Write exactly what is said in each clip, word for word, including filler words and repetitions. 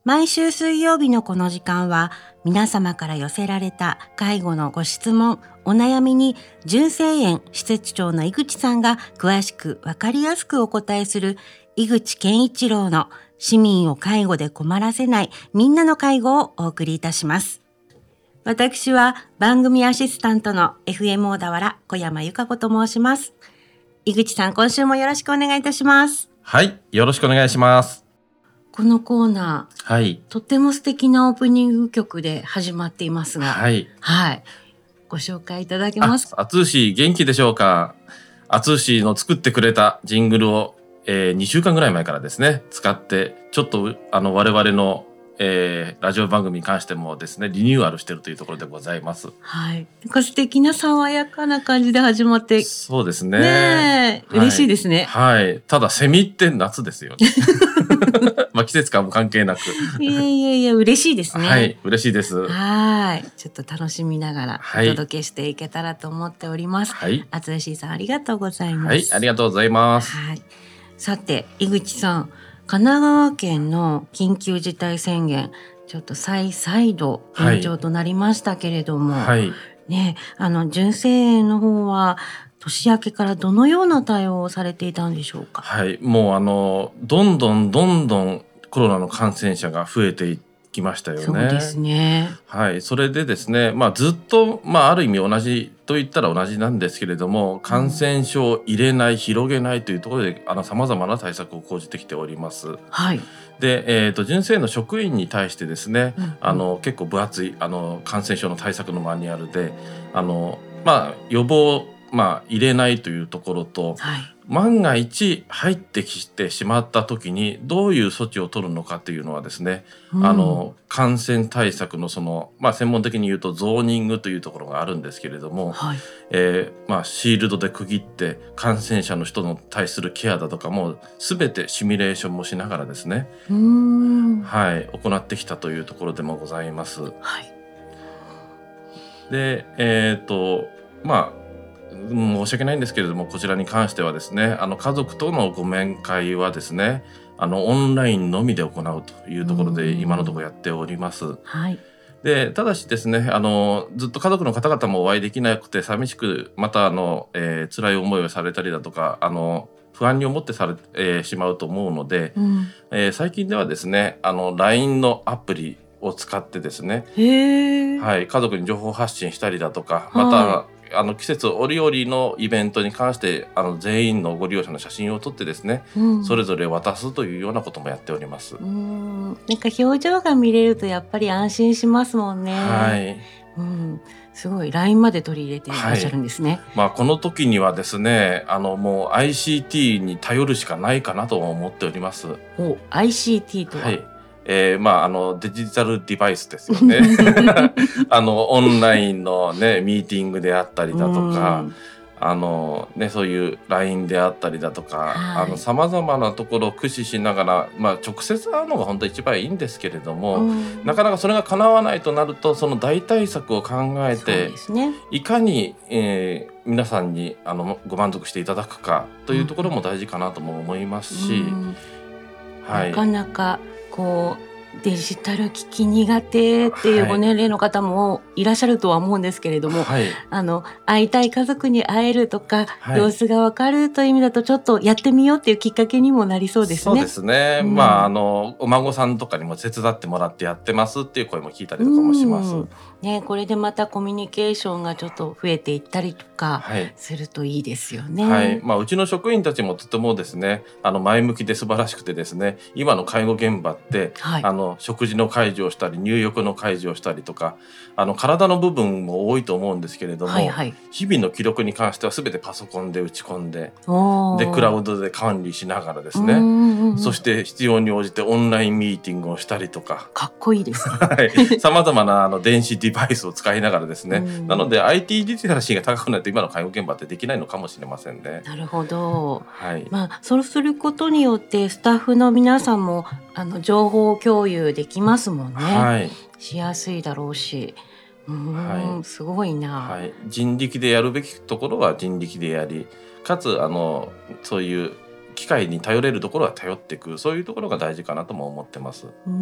毎週水曜日のこの時間は皆様から寄せられた介護のご質問、お悩みに純正園施設長の井口さんが詳しくわかりやすくお答えする井口健一郎の市民を介護で困らせないみんなの介護をお送りいたします。私は番組アシスタントの エフエム 小田原小山由佳子と申します。井口さん、今週もよろしくお願いいたします。 はい、よろしくお願いします。 このコーナー、 はい、 とっても素敵なオープニング曲で始まっていますが、 はい、 はい、ご紹介いただけますか。 あつーし元気でしょうか。あつーしの作ってくれたジングルを、えー、にしゅうかんぐらい前からですね使ってちょっとあの我々の、えー、ラジオ番組に関してもですねリニューアルしているというところでございます。 はい、なんか素敵な爽やかな感じで始まって、 そうですね。 ねえ、嬉しいですね。 はい、はい、ただセミって夏ですよね。まあ季節感も関係なく。 いやいやいや嬉しいですね。 はい、嬉しいです。 はい、ちょっと楽しみながらお届けしていけたらと思っております。はい、あつーしさんありがとうございます。 はい、ありがとうございます。 はい、さて井口さん、神奈川県の緊急事態宣言ちょっと再再度延長となりましたけれども、はい、ね、あの純正園の方は年明けからどのような対応をされていたんでしょうか。 はい、もうあのどんどんどんどんコロナの感染者が増えていきましたよね。 そうですね。はい、 それでですね、まあ、ずっと、まあ、ある意味同じと言ったら同じなんですけれども、感染症を入れない広げないというところでさまざまな対策を講じてきております。はい、で、えーと、純正園の職員に対してですね、うんうん、あの結構分厚いあの感染症の対策のマニュアルであの、まあ、予防まあ、入れないというところと、はい、万が一入ってきてしまった時にどういう措置を取るのかというのはですね、うん、あの感染対策のその、まあ、専門的に言うとゾーニングというところがあるんですけれども、はい、えーまあ、シールドで区切って感染者の人に対するケアだとかも全てシミュレーションもしながらですね、うーん、はい、行ってきたというところでもございます。はい、で、えっとまあ申し訳ないんですけれども、こちらに関してはですね、あの家族とのご面会はですね、あのオンラインのみで行うというところで今のところやっております。はい、でただしですね、あのずっと家族の方々もお会いできなくて寂しく、またあの、えー、辛い思いをされたりだとか、あの不安に思ってされ、えー、しまうと思うので、うん、えー、最近ではですね、あの ライン のアプリを使ってですね、へー、はい、家族に情報発信したりだとか、また、はい、あの季節折々のイベントに関してあの全員のご利用者の写真を撮ってですね、うん、それぞれ渡すというようなこともやっております。うーん、なんか表情が見れるとやっぱり安心しますもんね。はい、うん、すごい ライン まで取り入れていらっしゃるんですね。はい、 まあ、この時にはですね、あのもう アイシーティー に頼るしかないかなと思っております。 お、アイシーティー とは、はい、 えーまあ、あのデジタルデバイスですよね。あのオンラインの、ね、ミーティングであったりだとか、あの、ね、そういう ライン であったりだとか、さまざまなところを駆使しながら、まあ、直接会うのが本当一番いいんですけれども、なかなかそれが叶わないとなるとその代替策を考えて、ね、いかに、えー、皆さんにあのご満足していただくかというところも大事かなとも思いますし、 はい、なかなかこうデジタル機器苦手っていうご年齢の方もいらっしゃるとは思うんですけれども、はい、あの会いたい家族に会えるとか、はい、様子がわかるという意味だとちょっとやってみようっていうきっかけにもなりそうですね。 そうですね、うん、まああのお孫さんとかにも手伝ってもらってやってますっていう声も聞いたりとかもします。うんね、これでまたコミュニケーションがちょっと増えていったりとかするといいですよね。 はいはい、まあ、うちの職員たちもとてもですねあの前向きで素晴らしくてですね、今の介護現場って、はい、あの食事の介助をしたり入浴の介助をしたりとか、あの体の部分も多いと思うんですけれども、はいはい、日々の記録に関しては全てパソコンで打ち込んで、でクラウドで管理しながらですね、うんうんうん、そして必要に応じてオンラインミーティングをしたりとか、 かっこいいですね。 さまざまなあの電子デバイスを使いながらですね、うん、なので アイティー リテラシーが高くないと今の介護現場ってできないのかもしれませんね。 なるほど、はい、まあ、そうすることによってスタッフの皆さんもあの情報共有できますもんね、はい、しやすいだろうし、うーん、はい、すごいな、 はい、人力でやるべきところは人力でやり、かつあのそういう機械に頼れるところは頼っていく、そういうところが大事かなとも思ってます。 うん、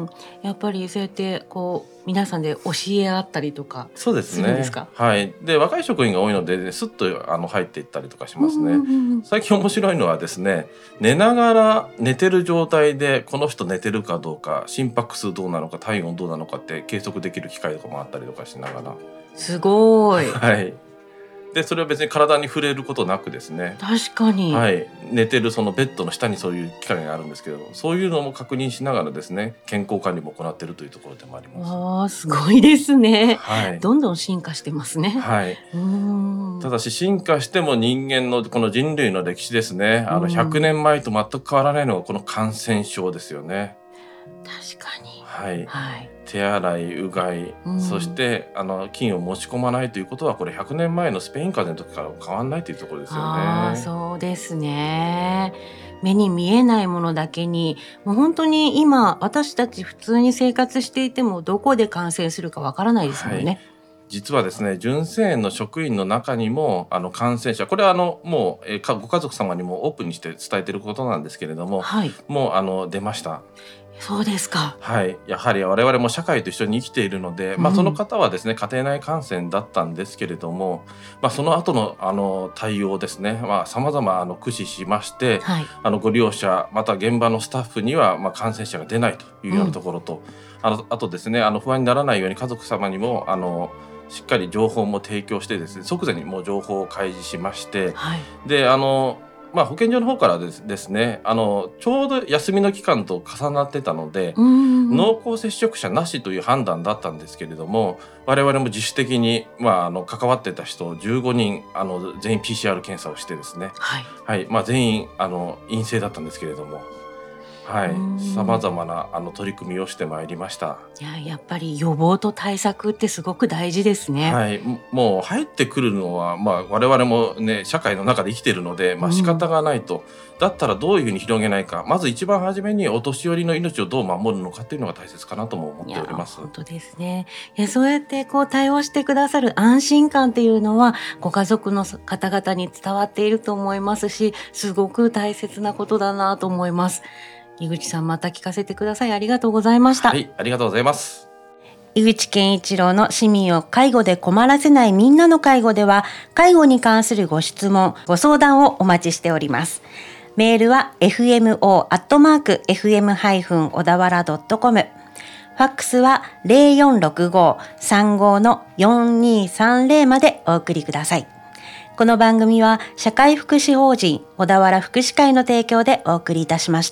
やっぱりそうやってこう皆さんで教え合ったりとかするんですか？ そうですね、はい、で若い職員が多いので、ね、スッとあの入っていったりとかしますね、 うんうんうん、 最近面白いのはですね、寝ながら寝てる状態でこの人寝てるかどうか、心拍数どうなのか体温どうなのかって計測できる機械とかもあったりとかしながら、 すごいはい、でそれは別に体に触れることなくですね、 確かに、 はい、寝てるそのベッドの下にそういう機械があるんですけど、そういうのも確認しながらですね、健康管理も行っているというところでもあります。 あーすごいですね、 はい、 どんどん進化してますね。 はい、 うーん、 ただし進化しても人間のこの人類の歴史ですね、あのうんひゃくねんまえと全く変わらないのがこの感染症ですよね。 確かに、 はい、 はい、 手洗いうがい、 うん、 そしてあの菌を持ち込まないということは、これひゃくねんまえのスペイン風邪の時から変わらないというところですよあーね。 そうですね。目に見えないものだけに、もう本当に今私たち普通に生活していてもどこで感染するかわからないですもんね。 はい、実はですね、純正園の職員の中にもあの感染者、これはあのもう、えーかご家族様にもオープンにして伝えていることなんですけれども、 はい、 もうあの出ました。 そうですか。 はい、やはり我々も社会と一緒に生きているので、 うんまあ、その方はですね家庭内感染だったんですけれども、まあ、その後のあの対応ですね、さまざ、まあの駆使しまして、 はい、 あのご利用者また現場のスタッフにはまあ感染者が出ないというようなところと、あのあとですね、あの不安にならないように家族様にもあのしっかり情報も提供してですね、即座にもう情報を開示しまして、 はい、 であのまあ、保健所の方からですですね、あのちょうど休みの期間と重なってたので、 うんうんうん、 濃厚接触者なしという判断だったんですけれども、我々も自主的に、まあ、あの関わってた人じゅうごにんあの全員 ピーシーアール 検査をしてですね、 はい、 はいまあ、全員あの陰性だったんですけれども、はうい、 んさまざまなあの取り組みをしてまいりました。 いや、やっぱり予防と対策ってすごく大事ですね。 はい、ももう入ってくるのは、まあ、我々もね社会の中で生きているので、まあ、仕方がないと、うん、だったらどういうふうに広げないか、まず一番初めにお年寄りの命をどう守るのかというのが大切かなとも思っております。 いや本当ですね。いやそうやってこう対応してくださる安心感っていうのはご家族の方々に伝わっていると思いますし、すごく大切なことだなと思います。井口さん、また聞かせてください。ありがとうございました。 はい、ありがとうございます。 井口健一郎の市民を介護で困らせないみんなの介護では、介護に関するご質問、ご相談をお待ちしております。メールは エフエムオー アットマーク エフエム 小田原 ドットコム。ファックスは ゼロよんろくご さんご のよんにさんゼロまでお送りください。この番組は社会福祉法人小田原福祉会の提供でお送りいたしました。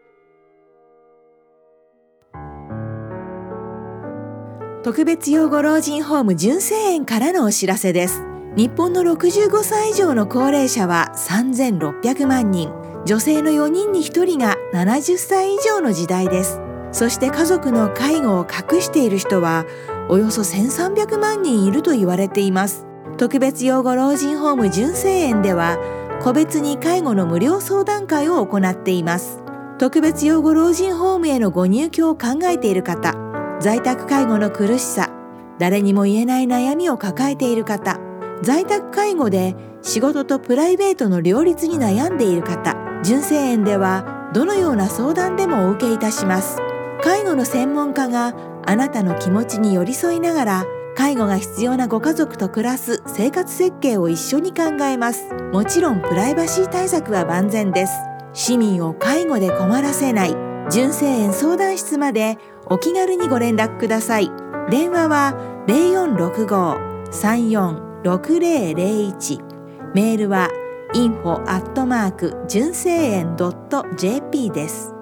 特別養護老人ホーム純正園からのお知らせです。日本のろくじゅうごさい以上の高齢者はさんぜんろっぴゃくまんにん、女性のよにんにひとりがななじゅっさい以上の時代です。そして家族の介護を隠している人はおよそせんさんびゃくまんにんいると言われています。特別養護老人ホーム純正園では個別に介護の無料相談会を行っています。特別養護老人ホームへのご入居を考えている方、在宅介護の苦しさ、誰にも言えない悩みを抱えている方、在宅介護で仕事とプライベートの両立に悩んでいる方、純正園ではどのような相談でもお受けいたします。介護の専門家があなたの気持ちに寄り添いながら、介護が必要なご家族と暮らす生活設計を一緒に考えます。もちろんプライバシー対策は万全です。市民を介護で困らせない純正園相談室までお気軽にご連絡ください。電話は ゼロよんろくご さんよんろくゼロゼロいち、メールは インフォ アットマーク 純正園 ドット ジェーピー です。